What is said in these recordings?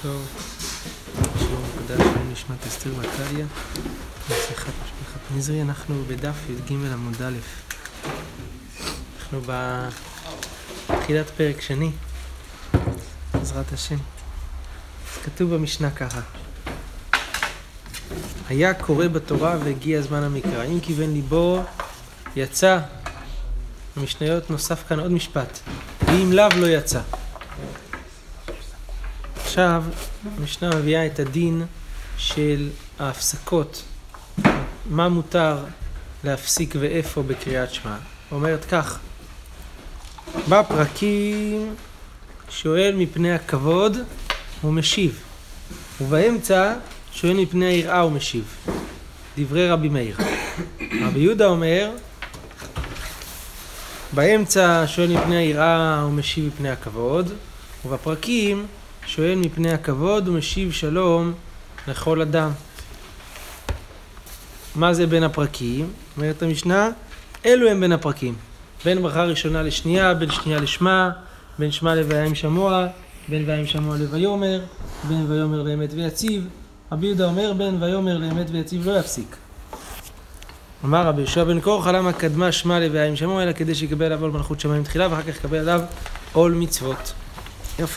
טוב, שיעור מקודש נשמת אסתר ועקליה, נסיכת משפחת נזרי. אנחנו בדף י"ג עמוד א', אנחנו בתחילת פרק שני, בעזרת השם. אז כתוב במשנה ככה: היה קורא בתורה והגיע זמן המקרא, אם כיוון ליבו יצא. במשניות נוסף כאן עוד משפט, ואם לאו לא יצא. עכשיו המשנה מביאה את הדין של ההפסקות, מה מותר להפסיק ואיפה בקריאת שמע. אומרת כך: בפרקים שואל מפני הכבוד ומשיב, ובאמצע שואל מפני היראה ומשיב. דברי רבי מאיר. רבי יהודה אומר באמצע שואל מפני היראה ומשיב מפני הכבוד, ובפרקים שואל מפני הכבוד ומשיב שלום לכל אדם. מה זה בין הפרקים? אומרת המשנה, אלו הם בין הפרקים, בין ברכה ראשונה לשנייה, בין שנייה לשמה, בין שמה לוויים שמוע, בין ויים שמוע לויומר, בין ויומר לאמת ויציב. רבי יהודה אומר בין ויומר לאמת ויציב לא יפסיק. אמר רבי יהושע בן קורחה, למה קדמה שמה לוויים שמוע? אלא כדי שיקבל עליו עול מלכות שמיים תחילה ואחר כך יקבל עליו עול מצוות. יפה,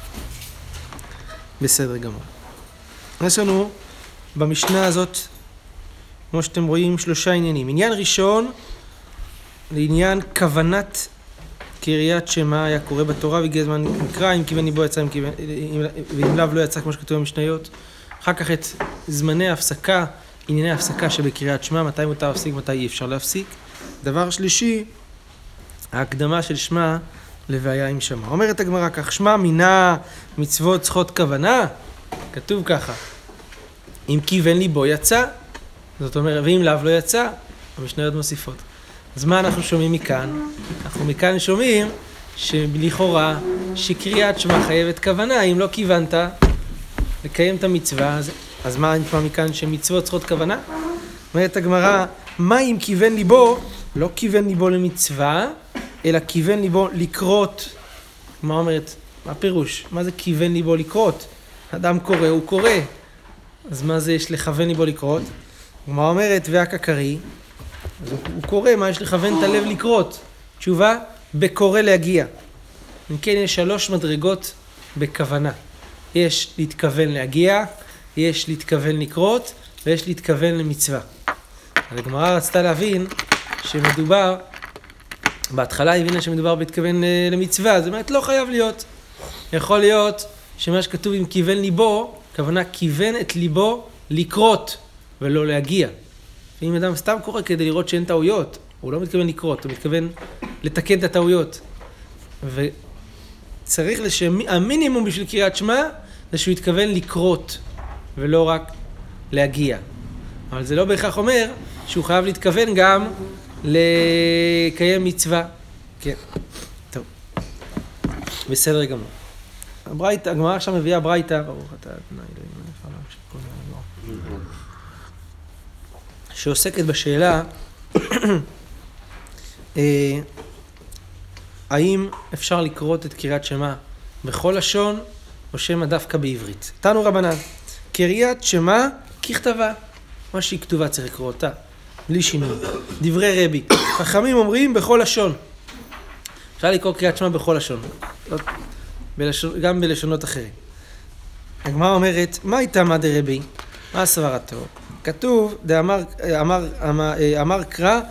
בסדר גמור. יש לנו במשנה הזאת, כמו שאתם רואים, שלושה עניינים. עניין ראשון, לעניין כוונת קריאת שמע, היה קורא בתורה והגיע זמן מקרא, אם כיוון ליבו יצא, ואם לאו לא יצא, כמו שכתוב במשניות. אחר כך את זמני ההפסקה, ענייני ההפסקה שבקריאת שמע, מתי מותר להפסיק, מתי אי אפשר להפסיק. דבר שלישי, ההקדמה של שמע לוויה עם שמע. אומרת הגמרא כך: שמע מינה מצוות צריכות כוונה. כתוב ככה: אם כיוון ליבו יצא, זאת אומרת, ואם לאו לא יצא, המשניות מוסיפות. אז מה אנחנו שומעים מכאן? אנחנו מכאן שומעים שלכאורה שקריאת שמע חייבת כוונה. אם לא כיוונת לקיים את המצווה, אז מה נשמע מכאן שמצוות צריכות כוונה? אומרת הגמרא, מה אם כיוון ליבו? לא כיוון ליבו למצווה, אלא כיוון ליבו לקרות. מה אומרת? מה הפירוש? מה זה כיוון ליבו לקרות? אדם קורא, הוא קורא. אז מה זה יש לכוון ליבו לקרות? ומה אומרת? והקקרי, אז הוא קורא, מה יש לכוון את הלב לקרות? תשובה, בקורא להגיע. אם כן, יש 3 מדרגות בכוונה. יש להתכוון להגיע, יש להתכוון לקרות, ויש להתכוון למצווה. אז הגמרא רצתה להבין שמדובר, בהתחלה הבינה שמדובר בהתכוון למצווה, זאת אומרת לא חייב להיות. יכול להיות שמה שכתוב עם כיוון ליבו, הכוונה כיוון את ליבו לקרות ולא להגיע. אם אדם סתם קורא כדי לראות שאין טעויות, הוא לא מתכוון לקרות, הוא מתכוון לתקן את הטעויות. וצריך המינימום בשביל קריאת שמע זה שהוא יתכוון לקרות ולא רק להגיע. אבל זה לא בהכרח אומר שהוא חייב להתכוון גם לקיים מצווה. כן, טוב. בסדר גמור. הגמרא עכשיו מביאה ברייתא, ברוך אתה ה' אלוהינו מלך העולם שכל העולם, שעוסקת בשאלה האם אפשר לקרות את קריאת שמע בכל לשון או שמא דווקא בעברית. תנו רבנן, קריאת שמע ככתבה, מה שהיא כתובה צריך לקרוא אותה בלי שינוי. דברי רבי, חכמים אומרים בכל לשון. אפשר לקרוא קריאת שמע בכל לשון, גם בלשונות אחרים. הגמרא אומרת, מה הייתה מה דרבי? מה סברתו? כתוב, אמר קרא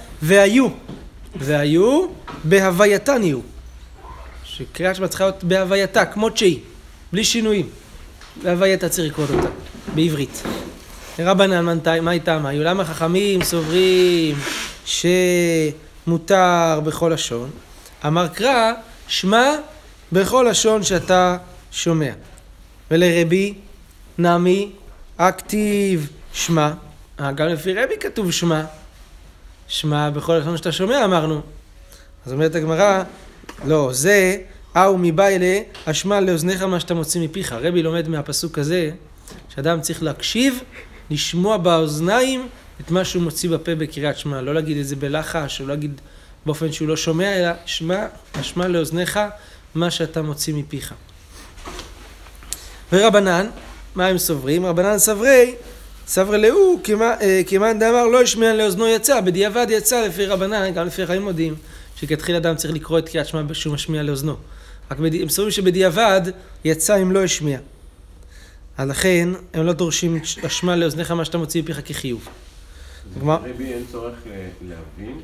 והיו בהווייתן יהיו. שקריאת שמע צריכה להיות בהווייתה, כמו שהיא, בלי שינויים. בהווייתה צריך לקרוא אותה, בעברית. רבנן, מה הייתה מה? למה חכמים סוברים שמותר בכל לשון? אמר קרא, שמע בכל לשון שאתה שומע. ולרבי, נמי, הכתיב שמע. גם לפי רבי כתוב שמע. שמע בכל לשון שאתה שומע, אמרנו. אז אומרת הגמרא, לא, זה מבעילה השמע לאוזניך מה שאתה מוציא מפיך. רבי לומד מהפסוק הזה שאדם צריך להקשיב, לשמוע באוזניים את מה שהוא מוציא בפה בקריאת שמע. לא להגיד את זה בלחש, או לא להגיד באופן שהוא לא שומע, אלא השמע לאוזניך מה שאתה מוציא מפיך. ורבנן, מה הם סוברים? רבנן סברי לאו, כמאן דאמר לא ישמיע לאוזנו יצא, בדיעבד יצא לפי רבנן, גם לפי חיים מודיעים, שכתחיל אדם צריך לקרוא את קריאת שמע שהוא משמיע לאוזנו. רק הם סוברים שבדיעבד יצא אם לא ישמיע. אז לכן הם לא דורשים השמע לאוזניך מה שאתה מוציא מפיך כחיוב. רבי אין צורך להבין?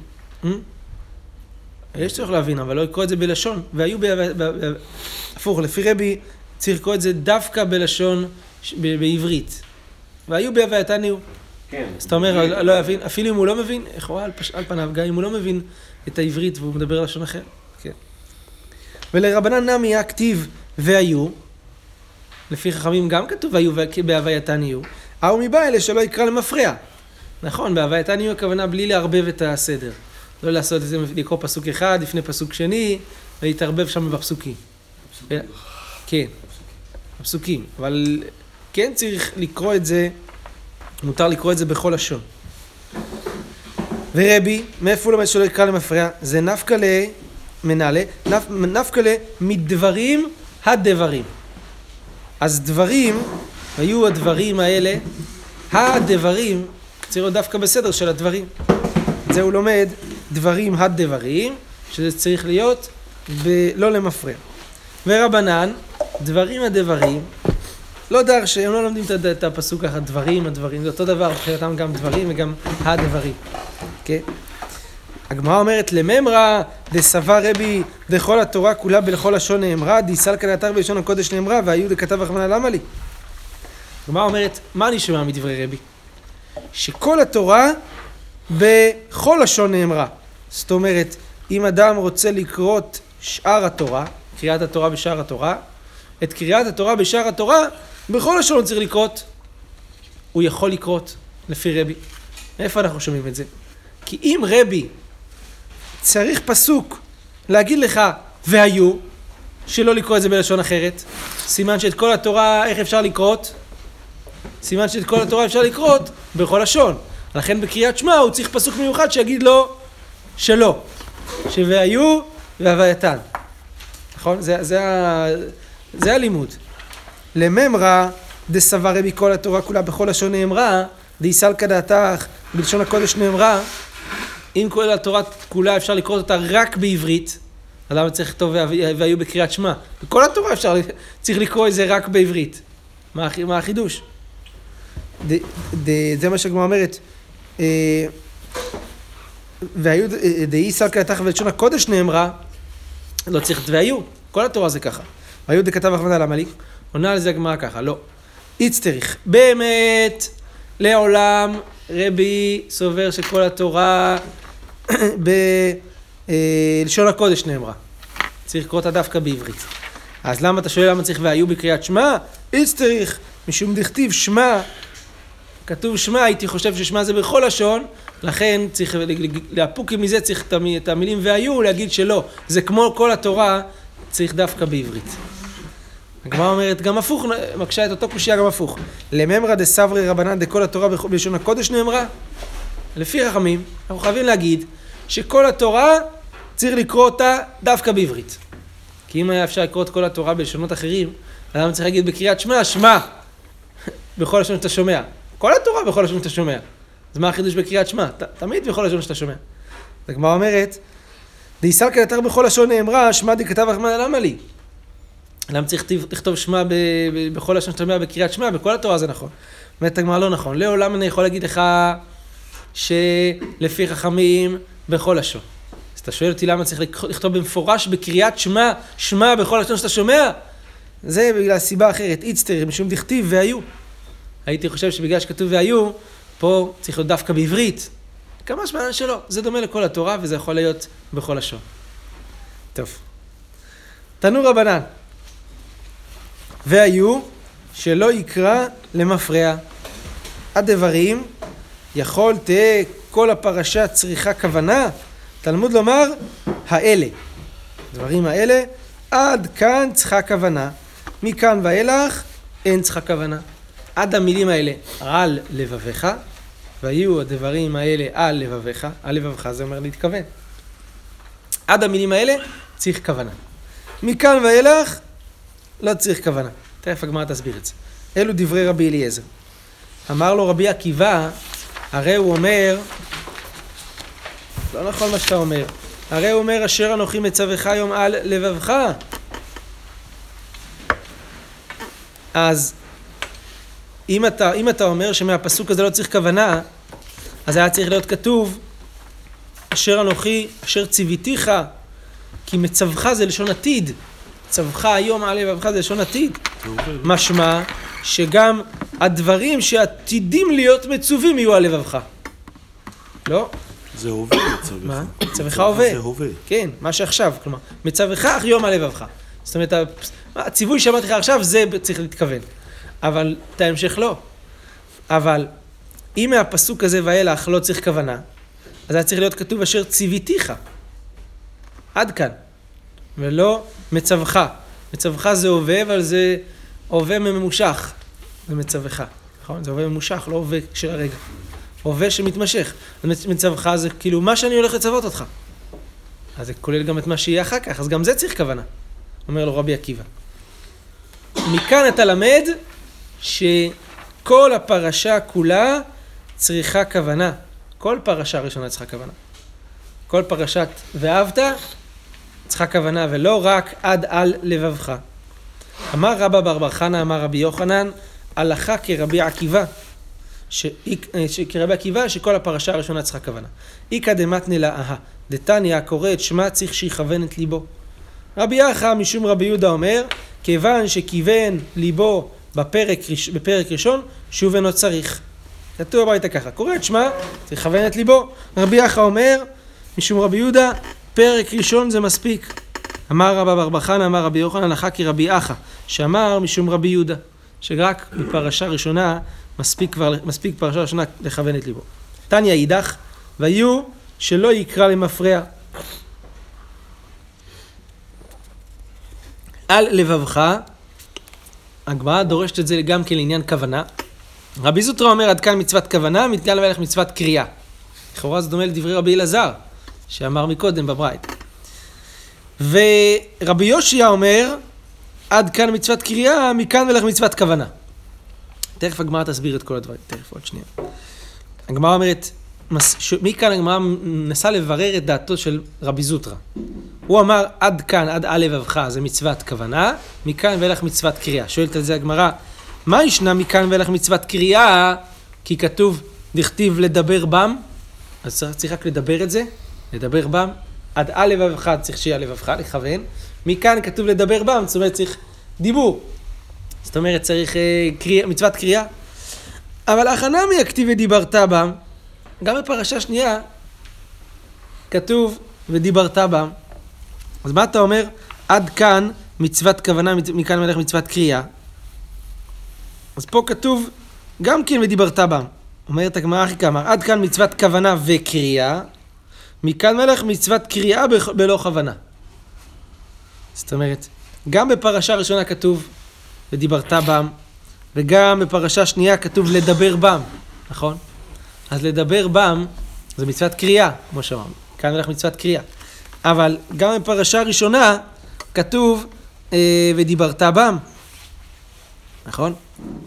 יש צורך להבין, אבל לא לקרוא את זה בלשון. והיו הפוך, לפי רבי צריך לקרוא את זה דווקא בלשון בעברית. והיו בהווייתניו. כן. אז אתה אומר, לא יבין, אפילו אם הוא לא מבין, איך הוא על פניו, גם אם הוא לא מבין את העברית והוא מדבר לשון אחר. כן. ולרבנן נמי הכתיב והיו, לפי חכמים גם כתוב היו בהווייתניו, או מבא אלה שלא יקרא למפרע. נכון, בהווייתניו הכוונה בלי לערבב את הסדר. לא לעשות את זה, לקרוא פסוק אחד לפני פסוק שני, ולהתערבב שם בפסוקים. כן, הפסוקים. אבל כן צריך לקרוא את זה, מותר לקרוא את זה בכל לשון. ורבי, מאיפה הוא לומד שלא יקרא למפרע? זה נפקא למנהלה, נפקא מדברים הדברים. אז דברים, היו הדברים האלה, הדברים, צריך להיות דווקא בסדר של הדברים. זה הוא לומד דברים הדברים, שזה צריך להיות לא למפרע. ורבנן, דברים הדברים, לא דרש, הם לא לומדים את הפסוק ככה, דברים הדברים, זה אותו דבר, מבחינתם גם דברים וגם הדברים. אוקיי? הגמרא אומרת, לממרא דסבר רבי דכל התורה כולה בלכל לשון נאמרה, דיסלקא דאתר בלשון הקודש נאמרה, והיו דכתב רחמנא למה לי? הגמרא אומרת, מה אני שומע מדברי רבי? שכל התורה בכל לשון נאמרה. זאת אומרת, אם אדם רוצה לקרות שאר התורה, קריאת התורה בשאר התורה, את קריאת התורה בשאר התורה, בכל לשון הוא צריך לקרות. הוא יכול לקרות, לפי רבי. איפה אנחנו שומעים את זה? כי אם רבי צריך פסוק להגיד לך והיו, שלא לקרוא את זה בלשון אחרת, סימן שאת כל התורה איך אפשר לקרות? סימן שאת כל התורה אפשר לקרות בכל לשון. לכן בקריאת שמע הוא צריך פסוק מיוחד שיגיד לו שלא. שהיו והווייתן. נכון? זה הלימוד. לממרא דסבר רבי כל התורה כולה בכל לשון נאמרה, דיסלקא דאתך בלשון הקודש נאמרה, אם כל התורה כולה אפשר לקרוא אותה רק בעברית, אז למה צריך לכתוב והיו בקריאת שמע? בכל התורה צריך לקרוא את זה רק בעברית. מה החידוש? זה מה שהגמרא אומרת, והיו דיסלקא דאתך בלשון הקודש נאמרה, לא צריך והיו, כל התורה זה ככה. והיו דכתב רחמנא למה לי? עונה על זה הגמרא ככה, לא. איצטריך, באמת, לעולם רבי סובר שכל התורה בלשון הקודש נאמרה. צריך לקרוא אותה דווקא בעברית. אז למה אתה שואל למה צריך והיו בקריאת שמע? איצטריך, משום דכתיב שמע, כתוב שמע, הייתי חושב ששמע זה בכל לשון, לכן צריך, להפוקים מזה צריך את המילים והיו, להגיד שלא. זה כמו כל התורה, צריך דווקא בעברית. הגמרא אומרת, גם הפוך, מקשה את אותו קושיה גם הפוך. לממרא דסברי רבנן דכל התורה בלשון הקודש נאמרה. לפי חכמים, אנחנו חייבים להגיד שכל התורה צריך לקרוא אותה דווקא בעברית. כי אם היה אפשר לקרוא את כל התורה בלשונות אחרים, אדם צריך להגיד בקריאת שמע, שמע, בכל לשון שאתה שומע. כל התורה בכל לשון שאתה שומע. אז מה החידוש בקריאת שמע? תמיד בכל לשון שאתה שומע. הגמרא אומרת, דיסלקא דאתר בכל לשון נאמרה, שמע דכתב רחמנא למה לי? למה צריך לכתוב שמע בכל לשון שאתה שומע בקריאת שמע? בכל התורה זה נכון. אומרת הגמרא לא נכון. לעולם אני יכול להגיד לך שלפי חכמים בכל לשון. אז אתה שואל אותי למה צריך לכתוב במפורש בקריאת שמע, שמע בכל לשון שאתה שומע? זה בגלל סיבה אחרת. איצטר, משום דכתיב והיו. הייתי חושב שבגלל שכתוב והיו, פה צריך להיות דווקא בעברית. כמה שמען שלא. זה דומה לכל התורה וזה יכול להיות בכל לשון. טוב. תנו רבנן. והיו שלא יקרא למפרע. הדברים יכול תהיה כל הפרשה צריכה כוונה. תלמוד לומר האלה. דברים האלה עד כאן צריכה כוונה. מכאן ואילך אין צריכה כוונה. עד המילים האלה על לבביך. והיו הדברים האלה על לבביך. על לבביך זה אומר להתכוון. עד המילים האלה צריך כוונה. מכאן ואילך לא צריך כוונה. תכף הגמרא תסביר את זה. אלו דברי רבי אליעזר. אמר לו רבי עקיבא, הרי הוא אומר, לא נכון מה שאתה אומר, הרי הוא אומר, אשר אנוכי מצווך היום על לבבך. אז אם אתה אומר שמהפסוק הזה לא צריך כוונה, אז היה צריך להיות כתוב, אשר אנוכי, אשר ציוויתיך, כי מצווך זה לשון עתיד. מצווך היום על לבבך זה לשון עתיד. משמע שגם הדברים שעתידים להיות מצווים יהיו על לבבך. לא? זה הווה מצווך. מה? מצווך הווה. זה הווה. כן, מה שעכשיו. כלומר, מצווך היום על לבבך. זאת אומרת, הציווי שאמרתי לך עכשיו, זה צריך להתכוון. אבל את ההמשך לא. אבל אם מהפסוק הזה ואילך לא צריך כוונה, אז היה צריך להיות כתוב אשר ציוויתיך. עד כאן. ולא מצווך. מצווך זה הווה, אבל זה הווה ממושך. זה מצווך. נכון? זה הווה ממושך, לא הווה של הרגע. הווה שמתמשך. מצווך זה כאילו מה שאני הולך לצוות אותך. אז זה כולל גם את מה שיהיה אחר כך, אז גם זה צריך כוונה. אומר לו רבי עקיבא. מכאן אתה למד שכל הפרשה כולה צריכה כוונה. כל פרשה ראשונה צריכה כוונה. כל פרשת ואהבת צריכה כוונה, ולא רק עד על לבבך. אמר רבא בר חנא, אמר רבי יוחנן, הלכה כרבי עקיבא, כרבי עקיבא שכל הפרשה הראשונה צריכה כוונה. איקא דמתנא להא, דתניא קורא את שמה צריך שיכוון את ליבו. רבי יחא משום רבי יהודה אומר, כיוון שכיוון ליבו בפרק ראשון, שוב אינו צריך. כתוב הביתה ככה, קורא את שמה, צריך לכוון את ליבו. רבי יחא אומר, משום רבי יהודה, פרק ראשון זה מספיק. אמר רבא בר חנא, אמר רבי יוחנן, הלכה כרבי אחא, שאמר משום רבי יהודה, שרק בפרשה ראשונה מספיק פרשה ראשונה לכוון את ליבו. תניא אידך, והיו שלא יקרא למפרע. על לבבך, הגמרא דורשת את זה גם כן לעניין כוונה. רבי זוטרא אומר עד כאן מצוות כוונה, מכאן ואילך מצוות קריאה. לכאורה זה דומה לדברי רבי אלעזר, שאמר מקודם בברייתא. ורבי יושע אומר עד כאן מצוות קריאה, מכאן ואילך מצוות כוונה. תכף הגמרא תסביר את כל הדברים, תכף עוד שנייה. הגמרא אומרת, מכאן הגמרא נסה לברר את דעתו של רבי זוטרא. הוא אמר עד כאן, עד על לבבך, זה מצוות כוונה, מכאן ואילך מצוות קריאה. שואלת על זה הגמרא, מה ישנה מכאן ואילך מצוות קריאה? כי כתוב, דכתיב לדבר בם, אז צריך רק לדבר את זה, לדבר בם, עד על לבבך צריך שיהיה לבבך, לכוון, מכאן כתוב לדבר בם, זאת אומרת צריך דיבור, זאת אומרת צריך מצוות קריאה, אבל הכנה מי הכתיב ודיברת בם, גם בפרשה שנייה, כתוב ודיברת בם, אז מה אתה אומר? עד כאן מצוות כוונה, מכאן ואילך מצוות קריאה, אז פה כתוב גם כן ודיברת בם. אומרת הגמרא אחי כאמר, עד כאן מצוות כוונה וקריאה, מכאן ואילך מצוות קריאה בלא כוונה. זאת אומרת, גם בפרשה ראשונה כתוב ודיברת בם, וגם בפרשה שנייה כתוב לדבר בם, נכון? אז לדבר בם זה מצוות קריאה, כמו שאמרנו. כאן ואילך מצוות קריאה. אבל גם בפרשה ראשונה כתוב ודיברת בם. נכון?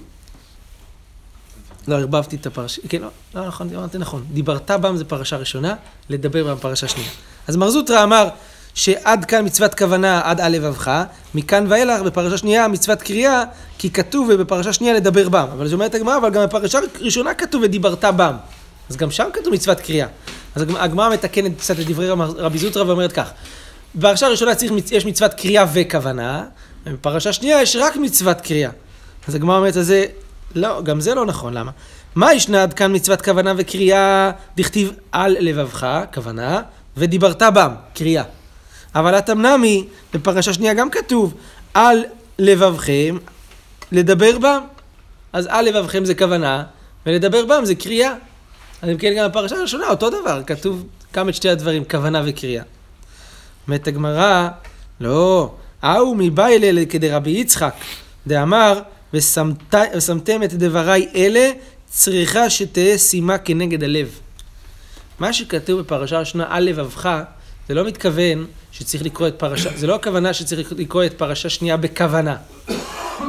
לא, הרבבתי את הפרשה, כן, לא נכון, אמרתי נכון. דיברת בם זה פרשה ראשונה, לדבר בם פרשה שנייה. אז מר זוטרא אמר שעד כאן מצוות כוונה עד על לבבך, מכאן ואילך בפרשה שנייה מצוות קריאה, כי כתוב בפרשה שנייה לדבר בם. אבל זאת אומרת הגמרא, אבל גם בפרשה ראשונה כתוב ודיברת בם. אז גם שם כתוב מצוות קריאה. אז הגמרא מתקנת קצת לדברי רבי זוטרא ואומרת כך, בפרשה ראשונה יש מצוות קריאה וכוונה, ובפרשה שנייה יש רק מצוות קריאה. אז הגמרא אומרת, אז זה, לא, גם זה לא נכון, למה? מה ישנה עד כאן מצוות כוונה וקריאה, דכתיב על לבבך, כוונה, ודיברת בם, קריאה. אבל התמנמי, בפרשה שנייה גם כתוב, על לבבכם, לדבר בם. אז על לבבכם זה כוונה, ולדבר בם זה קריאה. אז אם כן גם בפרשה הראשונה, אותו דבר, כתוב גם את שתי הדברים, כוונה וקריאה. אומרת הגמרא, לא, אהו מביילה כדי רבי יצחק, דאמר, ושמתם את דבריי אלה, צריכה שתהיה שימה כנגד הלב. מה שכתוב בפרשה הראשונה על לבבך, זה לא מתכוון שצריך לקרוא את פרשה, זה לא הכוונה שצריך לקרוא את פרשה שנייה בכוונה,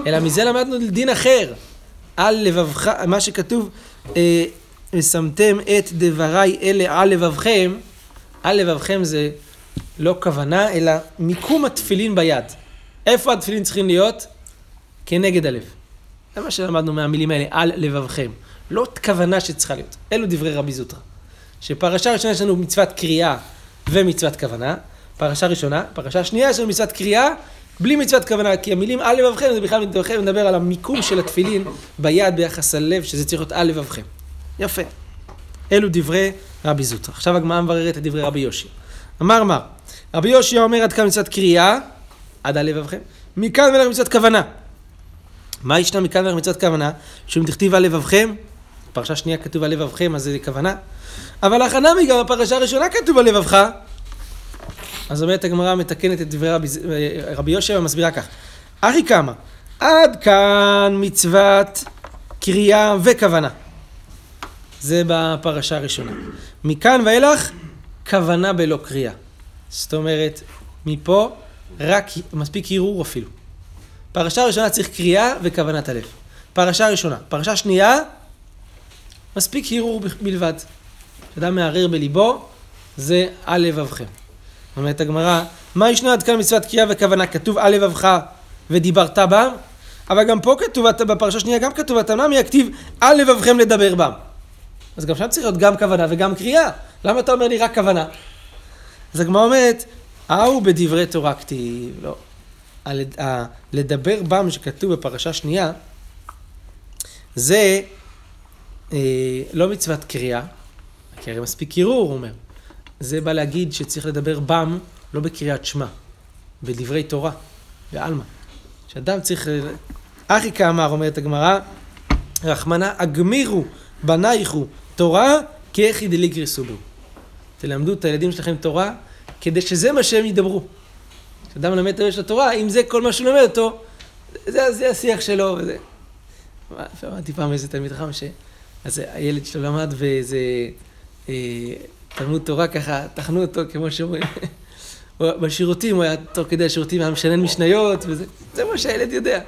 אלא מזה למדנו דין אחר. על לבבך, מה שכתוב, ושמתם את דבריי אלה על לבבכם, על לבבכם זה לא כוונה, אלא מיקום התפילין ביד. איפה התפילין צריכים להיות? כנגד הלב. זה מה שלמדנו מהמילים האלה, על לבבכם. לא כוונה שצריכה להיות. אלו דברי רבי זוטרא. שפרשה ראשונה יש לנו מצוות קריאה ומצוות כוונה. פרשה ראשונה, פרשה שנייה יש לנו מצוות קריאה בלי מצוות כוונה, כי המילים על לבבכם זה בכלל מדבר על המיקום של התפילין ביד ביחס הלב, שזה צריך להיות על לבבכם. יפה. אלו דברי רבי זוטרא. עכשיו הגמרא מבררת את דברי רבי יושע. אמר, רבי יושע אומר עד כאן מצוות קריאה, עד על לבבכם, מכאן ולך מצוות כוונה. מה ישנה מכאן ולך מצוות כוונה? שאם תכתיב על לבבכם, פרשה שנייה כתוב על לבבכם, אז זה כוונה. אבל החנמי גם הפרשה הראשונה כתוב על לבבך. אז אומרת הגמרא מתקנת את דברי רבי יושע ומסבירה כך. אחי כמה, עד כאן מצוות קריאה וכוונה. זה בפרשה הראשונה. מכאן ואילך, כוונה בלא קריאה. זאת אומרת, מפה רק מספיק ערעור אפילו. פרשה ראשונה צריך קריאה וכוונת הלב. פרשה ראשונה. פרשה שנייה, מספיק ערעור בלבד. שאדם מערער בליבו, זה על לבבכם. אומרת הגמרא, מה ישנה עד כאן מצוות קריאה וכוונה? כתוב על לבבך ודיברת בם, אבל גם פה כתוב, בפרשה שנייה גם כתוב, התנא מי יכתיב על לבבכם לדבר בם. אז גם שם צריך להיות גם כוונה וגם קריאה. למה אתה אומר לי רק כוונה? אז הגמרא אומרת, הוא בדברי תורה כתיב, לא. לדבר בם שכתוב בפרשה שנייה, זה לא מצוות קריאה, כי הרי מספיק ערעור, הוא אומר. זה בא להגיד שצריך לדבר בם, לא בקריאת שמע, בדברי תורה, בעלמא. שאדם צריך... אחי כאמר, אומרת הגמרא, רחמנא אגמירו בנייכו תורה כאחי דליגריסו בו. תלמדו את הילדים שלכם תורה, כדי שזה מה שהם ידברו. כשאדם מלמד את הילד של התורה, אם זה כל מה שהוא לומד אותו, זה השיח שלו. וזה... אמרתי פעם איזה תלמיד חכם אז הילד שלו למד ואיזה... תלמוד תורה ככה, תחנו אותו כמו שאומרים. בשירותים, הוא היה תוך כדי השירותים, היה משנן משניות, וזה מה שהילד יודע.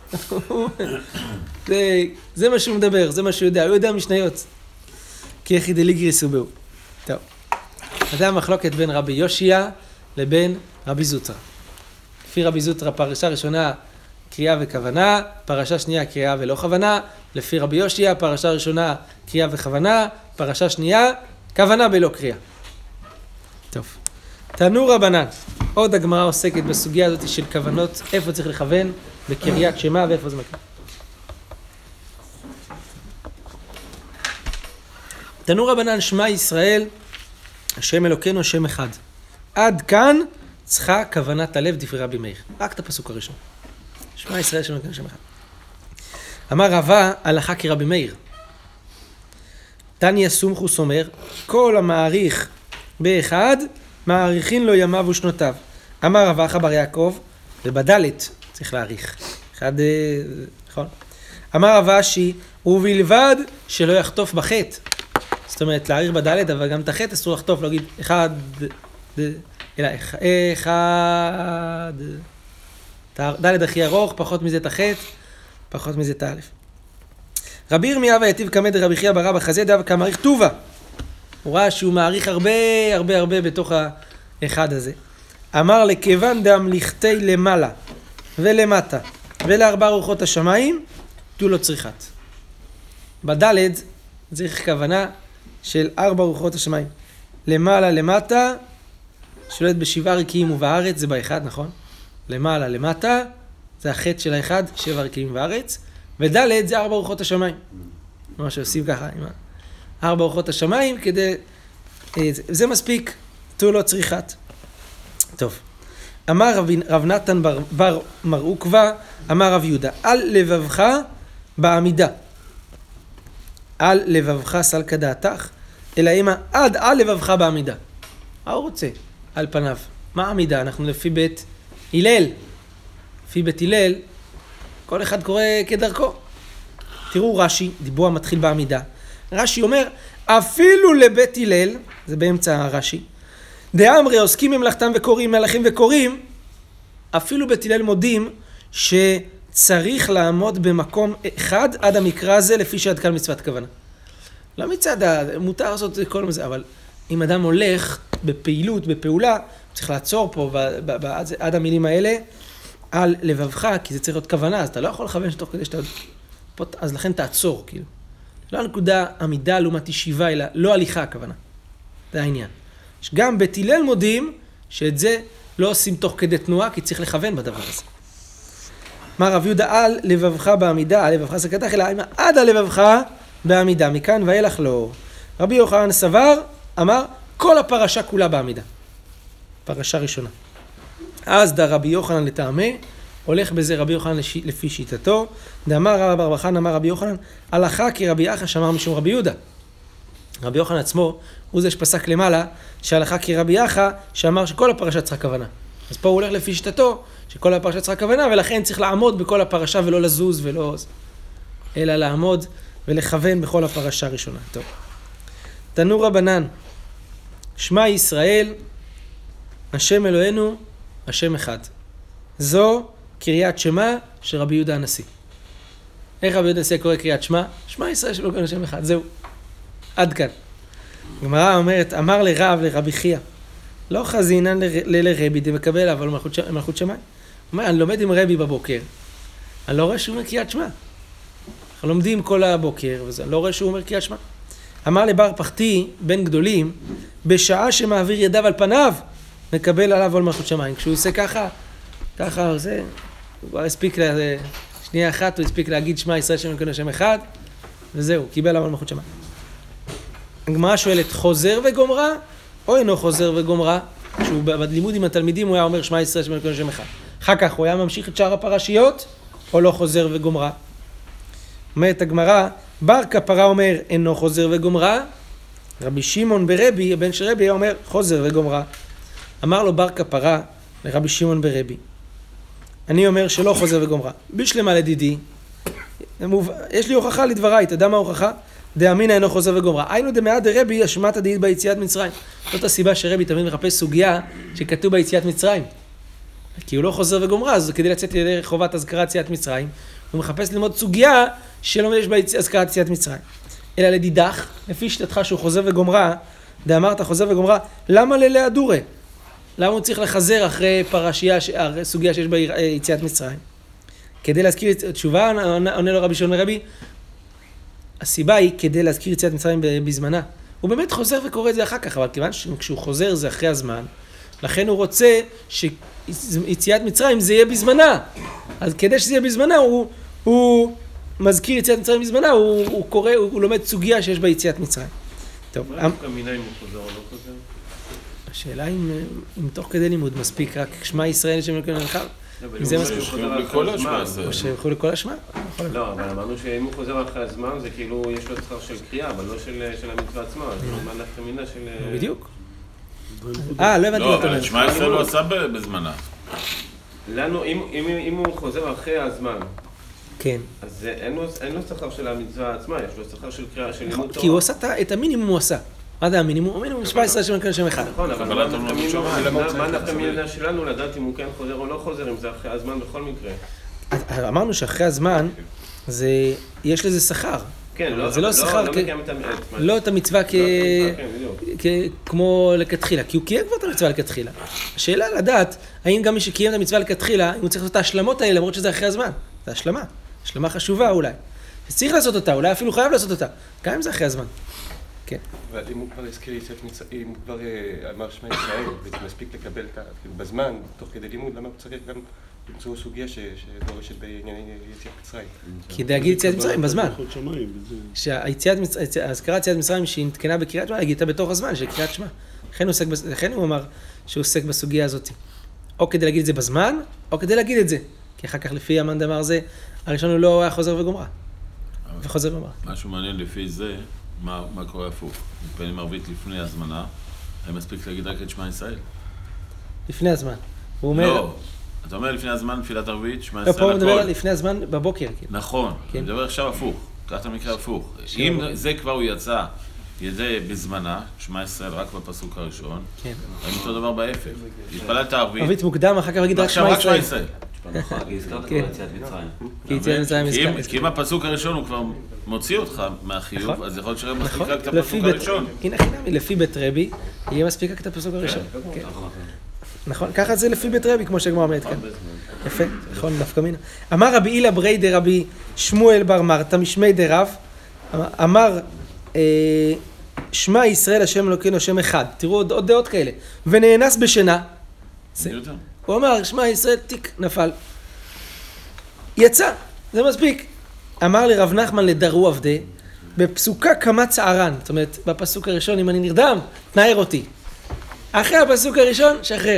זה מה שהוא מדבר, זה מה שהוא יודע, הוא יודע משניות. כי איך דליגריסו בו. טוב. זה המחלוקת בין רבי יושע לבין רבי זוטרא. לפי רבי זוטרא, פרשה ראשונה, קריאה וכוונה, פרשה שנייה, קריאה ולא כוונה. לפי רבי יושע, פרשה ראשונה, קריאה וכוונה, פרשה שנייה, כוונה בלא קריאה. טוב. תנו רבנן. עוד הגמרא עוסקת בסוגיה הזאת של כוונות, איפה צריך לכוון, בקריאת שמע ואיפה זה מקרה. תנו רבנן, שמע ישראל, השם אלוקינו, השם אחד. עד כאן צריכה כוונת הלב דברי רבי מאיר. רק את הפסוק הראשון. שמע ישראל, השם אלוקינו, השם אחד. אמר רבא, הלכה כרבי מאיר. תניא סומכוס אומר, כל המעריך באחד, מעריכין לו ימיו ושנותיו. אמר רבא חבר יעקב, ובדלת צריך להעריך. אחד, נכון? אמר רבא אשי, ובלבד שלא יחטוף בחטא. זאת אומרת, להעריך בדלת, אבל גם את החטא אסור לחטוף, להגיד אחד, אלא אחד. דלת הכי ארוך, פחות מזה את החטא, פחות מזה את האלף. רבי ירמיה ויתיב כמד רבי חייא בר אבא חזי דווקא מעריך טובה. הוא ראה שהוא מעריך הרבה בתוך האחד הזה. אמר לכיוון דהמליכתי למעלה ולמטה ולארבע רוחות השמיים, תו לא צריכת. בדלת צריך כוונה של ארבע רוחות השמיים. למעלה למטה, שולט בשבעה רקיעים ובארץ, זה באחד, נכון? למעלה למטה, זה החטא של האחד, 7 רקיעים בארץ. ודלת זה 4 רוחות השמיים. מה שעושים ככה, עם 4 רוחות השמיים, כדי... זה מספיק, תו לא צריכת. טוב. אמר רב נתן בר מרעוקווה, אמר רב יהודה, על לבבך בעמידה. על לבבך סלקא דעתך, אלא אימה עד על לבבך בעמידה. מה הוא רוצה? על פניו. מה עמידה? אנחנו לפי בית הלל. לפי בית הלל, כל אחד קורא כדרכו. תראו רש"י, דיבור המתחיל בעמידה. רש"י אומר, אפילו לבית הלל, זה באמצע הרש"י, דאמרי עוסקים במלאכתם וקוראים, מלאכים וקוראים, אפילו בית הלל מודים שצריך צריך לעמוד במקום אחד עד המקרא הזה, לפי שעד כאן מצוות כוונה. לא מצד, מותר לעשות כל זה, אבל אם אדם הולך בפעילות, בפעולה, צריך לעצור פה עד המילים האלה, על לבבך, כי זה צריך להיות כוונה, אז אתה לא יכול לכוון שתוך כדי שאתה... אז לכן תעצור, כאילו. לא הנקודה עמידה לעומת ישיבה, אלא לא הליכה הכוונה. זה העניין. יש גם בית הלל מודים, שאת זה לא עושים תוך כדי תנועה, כי צריך לכוון בדבר הזה. מה רב יהודה על לבבך בעמידה, על לבבך סקתך, אלא עד הלבבך בעמידה, מכאן ואילך לא. רבי יוחנן סבר, אמר, כל הפרשה כולה בעמידה. פרשה ראשונה. אז דה רבי יוחנן לטעמי, הולך בזה רבי יוחנן לפי שיטתו, דאמר רב בר בחן, אמר רבי יוחנן, הלכה כרבי אחא שמר משום רבי יהודה. רבי יוחנן עצמו, הוא זה שפסק למעלה, שהלכה כרבי אחא, שאמר שכל הפרשה צריכה כוונה. אז פה הוא הולך לפי שיטתו, שכל הפרשה צריכה כוונה, ולכן צריך לעמוד בכל הפרשה ולא לזוז ולא... אלא לעמוד ולכוון בכל הפרשה הראשונה. טוב. תנו רבנן, שמע ישראל, השם אלוהינו, השם אחד. זו קריאת שמע של רבי יהודה הנשיא. איך רבי יהודה הנשיא קורא קריאת שמע? שמע ישראל של אלוהינו השם אחד. זהו. עד כאן. גמרא אומרת, אמר לרב לרבי חייא, לא חזינן לרבי דמקבל עליו על מלכות שמיים. הוא אומר, אני לומד עם רבי בבוקר, אני לא רואה שהוא אומר קריאת שמע. אנחנו לומדים כל הבוקר, ואני לא רואה שהוא אומר קריאת שמע. אמר לבר פחתי, בן גדולים, בשעה שמעביר ידיו על פניו, מקבל עליו על מלכות שמיים. כשהוא עושה ככה, ככה הוא עושה, הוא כבר הספיק שנייה אחת, הוא הספיק להגיד שמע ישראל שם אלוהינו השם אחד, וזהו, קיבל עליו על מלכות שמיים. הגמרא שואלת, חוזר וגומרה, או אינו חוזר וגומרה? כשהוא בלימוד עם התלמידים הוא היה אומר שמע ישראל שם אלוהינו השם אחד. אחר כך הוא היה ממשיך את שאר הפרשיות, או לא חוזר וגומרה? אומרת הגמרא, בר כפרה אומר אינו חוזר וגומרה, רבי שמעון ברבי, הבן של רבי, היה אומר חוזר וגומרה. אמר לו בר כפרה לרבי שמעון ברבי, אני אומר שלא חוזר וגומרה. בשלמה לדידי, יש לי הוכחה לדבריי, אתה יודע מה ההוכחה? דאמינא אינו חוזר וגומרה. היינו דמאה דרבי אשמת הדאית ביציאת מצרים. זאת הסיבה שרבי תמיד מחפש סוגיה שכתוב ביציאת מצרים. כי הוא לא חוזר וגומרה, אז כדי לצאת לידי חובת הזכרת יציאת מצרים, הוא מחפש ללמוד סוגיה שלא יש בהזכרת יציאת מצרים. אלא לדידך, לפי שיטתך שהוא חוזר וגומרה, דאמרת חוזר וגומרה, למה ללהדורה? למה הוא צריך לחזר אחרי פרשייה, אחרי סוגיה שיש ביציאת מצרים? כדי להזכיר את תשובה, עונה לו רבי שמעון רבי, הסיבה היא כדי להזכיר יציאת מצרים בזמנה. הוא באמת חוזר וקורא את זה אחר כך, אבל כיוון שכשהוא חוזר זה אחרי הזמן, לכן הוא רוצה שיציאת מצרים זה יהיה בזמנה. אז כדי שזה יהיה בזמנה, הוא מזכיר יציאת מצרים בזמנה, הוא קורא, הוא לומד סוגיה שיש בה יציאת מצרים. טוב. מה דווקא מינה אם הוא חוזר או לא חוזר? השאלה אם תוך כדי לימוד מספיק רק שמע ישראל שם אלוהינו אחד. אם זה מספיק. או שילכו לכל השמע? לא, אבל אמרנו שאם הוא חוזר אחרי הזמן, זה כאילו יש לו שכר של קריאה, אבל לא של המצווה עצמה. אז מה נפקא מינה של... בדיוק. לא הבנתי מה אתה אומר. שמע ישראל לא עשה בזמנה. לנו, אם הוא חוזר אחרי הזמן, כן. אז אין לו שכר של המצווה עצמה, יש לו שכר של קריאה, של לימוד תורה. כי הוא עשה את המינימום הוא עשה. מה זה המינימום? המינימום 17 שם אלוהינו שם אחד. נכון, אבל מה נפקא מינה שלנו לדעת אם הוא כן חוזר או לא חוזר, אם זה אחרי הזמן בכל מקרה? אמרנו שאחרי הזמן, יש לזה שכר. כן, זה לא שכר, לא את המצווה כמו לכתחילה, כי הוא קיים כבר את המצווה לכתחילה. השאלה לדעת, האם גם מי שקיים את המצווה לכתחילה, אם הוא צריך לעשות את ההשלמות האלה, למרות שזה אחרי הזמן. זה השלמה חשובה אולי. צריך לעשות אותה, אולי אפילו חייב לעשות אותה, גם אם זה אחרי הזמן. כן. אבל אם הוא כבר הזכיר יציאת מצרים, אם הוא כבר אמר שמע ישראל, וזה מספיק לקבל בזמן, תוך כדי לימוד, למה הוא צריך גם למצוא סוגיה שדורשת בענייני יציאת מצרים? כדי להגיד יציאת מצרים בזמן. שהזכרת יציאת מצרים שהיא נתקנה בקריאת שמע, להגיד אותה בתוך הזמן של קריאת שמע. לכן הוא אמר שהוא עוסק בסוגיה הזאת. או כדי להגיד את זה בזמן, או כדי להגיד את זה. כי אחר כך לפי המאן דאמר זה, הראשון הוא לא היה חוזר וגומרה. וחוזר וגומרה. משהו מעניין לפי זה, מה קורה הפוך? מפנים ערבית לפני הזמנה, היה מספיק להגיד רק את שמע ישראל. לפני הזמן. הוא אומר... לא, אתה אומר לפני הזמן, תפילת ערבית, שמע ישראל הכל. פה הוא מדבר על לפני הזמן בבוקר. נכון, אני מדבר עכשיו הפוך, קראת את המקרה הפוך. אם זה כבר הוא יצא, ידי בזמנה, שמע ישראל רק בפסוק הראשון, היה אותו דבר בהפך. התפללת ערבית. ערבית מוקדם, אחר כך להגיד רק שמע ישראל. נכון, כי הזכרת כן. כבר יציאת מצרים. כי יציאת מצרים הזכרת. כי אם הפסוק הראשון הוא כבר מוציא אותך מהחיוב, נכון. אז יכול להיות שרק נכון, מספיק רק את לפי הפסוק בית- הראשון. הנה חינמי, לפי בית רבי, יהיה מספיק רק את הפסוק הראשון. כן. נכון, ככה זה לפי בית רבי, כמו שהגמרא אומרת כאן. יפה, נכון, דווקא מינה. אמר רבי אילה ברי דרבי שמואל בר מרתא משמי דרב, אמר שמע ישראל השם אלוקינו השם אחד. תראו עוד דעות כאלה. ונאנס בשינה. אני יודע. הוא אמר שמע ישראל, תיק, נפל. יצא, זה מספיק. אמר לרב נחמן לדרו עבדי, בפסוקה כמה צערן. זאת אומרת, בפסוק הראשון, אם אני נרדם, תנער אותי. אחרי הפסוק הראשון, שחרר.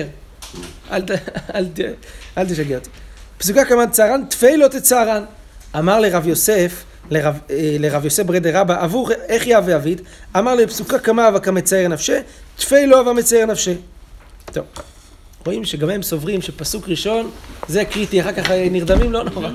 אל תשגע אותי. פסוקה כמה צערן, תפי לא תצערן. אמר לרב יוסף, לרב יוסף ברי דרבא, עבור איך יהווה אביד, אמר לפסוקה כמה אבה כמצער נפשי, תפי לא אבה מצער נפשי. טוב, רואים שגם הם סוברים שפסוק ראשון זה קריטי, אחר כך נרדמים, לא נורא.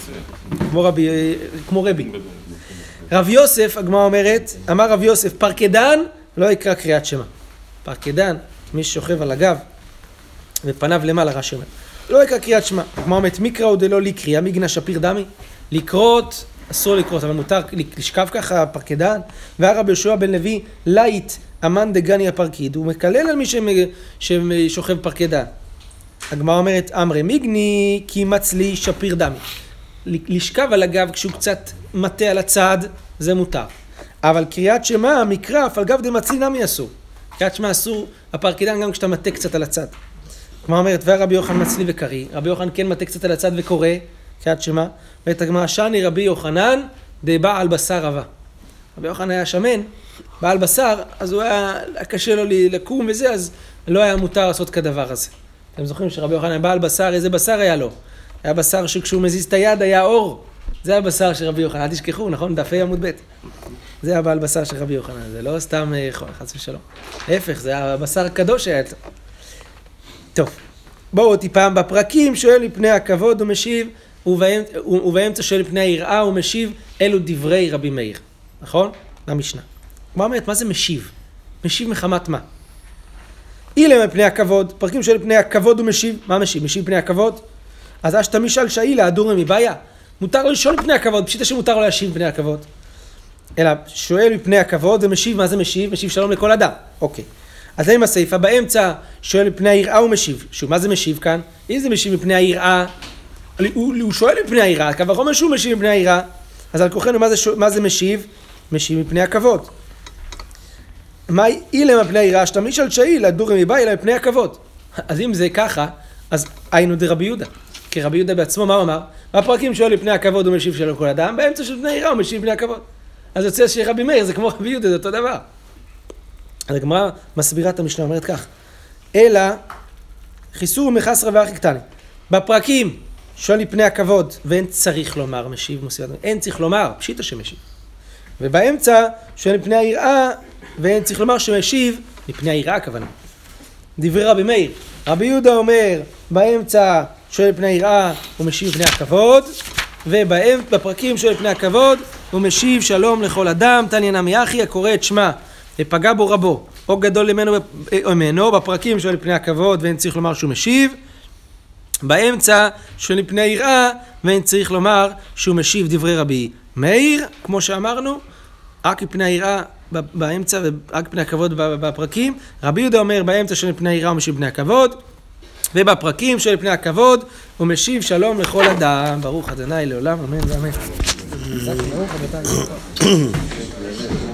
כמו רבי. רב יוסף, הגמרא אומרת, אמר רב יוסף, פרקדן לא יקרא קריאת שמע. פרקדן, מי ששוכב על הגב ופניו למעלה, רש"י אומר, לא יקרא קריאת שמע. הגמרא אומרת, מקרא דלא לקריא, מיגנא שפיר דמי. לקרות, אסור לקרות, אבל מותר לשכב ככה פרקדן. והרב יהושע בן לוי, לייט אמן דגני הפרקיד, הוא מקלל על מי ששוכב פרקדן. הגמרא אומרת, אמרי מיגני כי מצלי שפיר דמי. לשכב על הגב כשהוא קצת מטה על הצד, זה מותר. אבל קריאת שמע, מקרא, אף על גב דמצלי נמי אסור. קריאת שמע אסור, הפרקדן גם כשאתה מטה קצת על הצד. הגמרא אומרת, והרבי יוחנן מצלי וקריא, רבי יוחנן כן מטה קצת על הצד וקורא, קריאת שמע, ואת הגמרא שני רבי יוחנן דבעל בשר רבה. רבי יוחנן היה שמן, בעל בשר, אז הוא היה קשה לו לקום וזה, אז לא היה מותר לעשות כדבר הזה. אתם זוכרים שרבי יוחנן בעל בשר, איזה בשר היה לו? היה בשר שכשהוא מזיז את היד היה אור. זה הבשר של רבי יוחנן, אל תשכחו, נכון? דפי עמוד ב'. זה הבעל בשר של רבי יוחנן, זה לא סתם חס ושלום. להפך, זה הבשר הקדוש היה. טוב, בואו טיפה בפרקים, שואל מפני הכבוד ומשיב, ובאמצע שואל מפני היראה ומשיב, אלו דברי רבי מאיר. נכון? למשנה. מה אומרת? מה זה משיב? משיב מחמת מה? אילם מפני הכבוד, פרקים שואל מפני הכבוד ומשיב, מה משיב? משיב מפני הכבוד? אז אשתה משאל שאילה, אדורי מבעיה. מותר לו לשאול מפני הכבוד, פשיטה שמותר לו להשיב מפני הכבוד. אלא שואל מפני הכבוד ומשיב, מה זה משיב? משיב שלום לכל אדם. אוקיי. אז עם הסעיפה באמצע שואל מפני היראה ומשיב. שוב, מה זה משיב כאן? אם זה משיב מפני היראה, הוא שואל מפני היראה, כבר אומר שהוא משיב מפני היראה. אז על כוחנו, מה זה משיב? משיב מפני הכבוד. מה אילם מפני היראה? שאתה משאל שאילה, אדורי מבעיה, אלא מפני הכבוד. אז אם זה ככה, אז היינו דרבי יהודה. כי רבי יהודה בעצמו, מה הוא אמר? בפרקים שואל לפני הכבוד הוא משיב שלום כל אדם, באמצע של פני היראה הוא משיב לפני הכבוד. אז יוצא שרבי מאיר זה כמו רבי יהודה, זה אותו דבר. אז הגמרא מסבירה את המשנה, אומרת כך, אלא חיסור מחסרא ואחי קטני. בפרקים שואל לפני הכבוד, ואין צריך לומר משיב מוסיף, אין צריך לומר, פשיטה שמשיב. ובאמצע שואל לפני היראה, ואין צריך לומר שמשיב לפני היראה הכוונה. דברי רבי מאיר, רבי יהודה אומר, באמצע שואל פני היראה ומשיב פני הכבוד, ובפרקים שואל פני הכבוד ומשיב שלום לכל אדם, תניא נמי אחי, הקורא את שמה ופגע בו רבו או גדול ממנו, בפרקים שואל פני הכבוד ואין צריך לומר שהוא משיב, באמצע שואל פני היראה ואין צריך לומר שהוא משיב דברי רבי מאיר, כמו שאמרנו, רק פני היראה באמצע ורק פני הכבוד בפרקים. רבי יהודה אומר באמצע שואל פני היראה ומשיב פני הכבוד, ובפרקים של פני הכבוד הוא משיב שלום לכל אדם. ברוך ה' לעולם, אמן ואמן.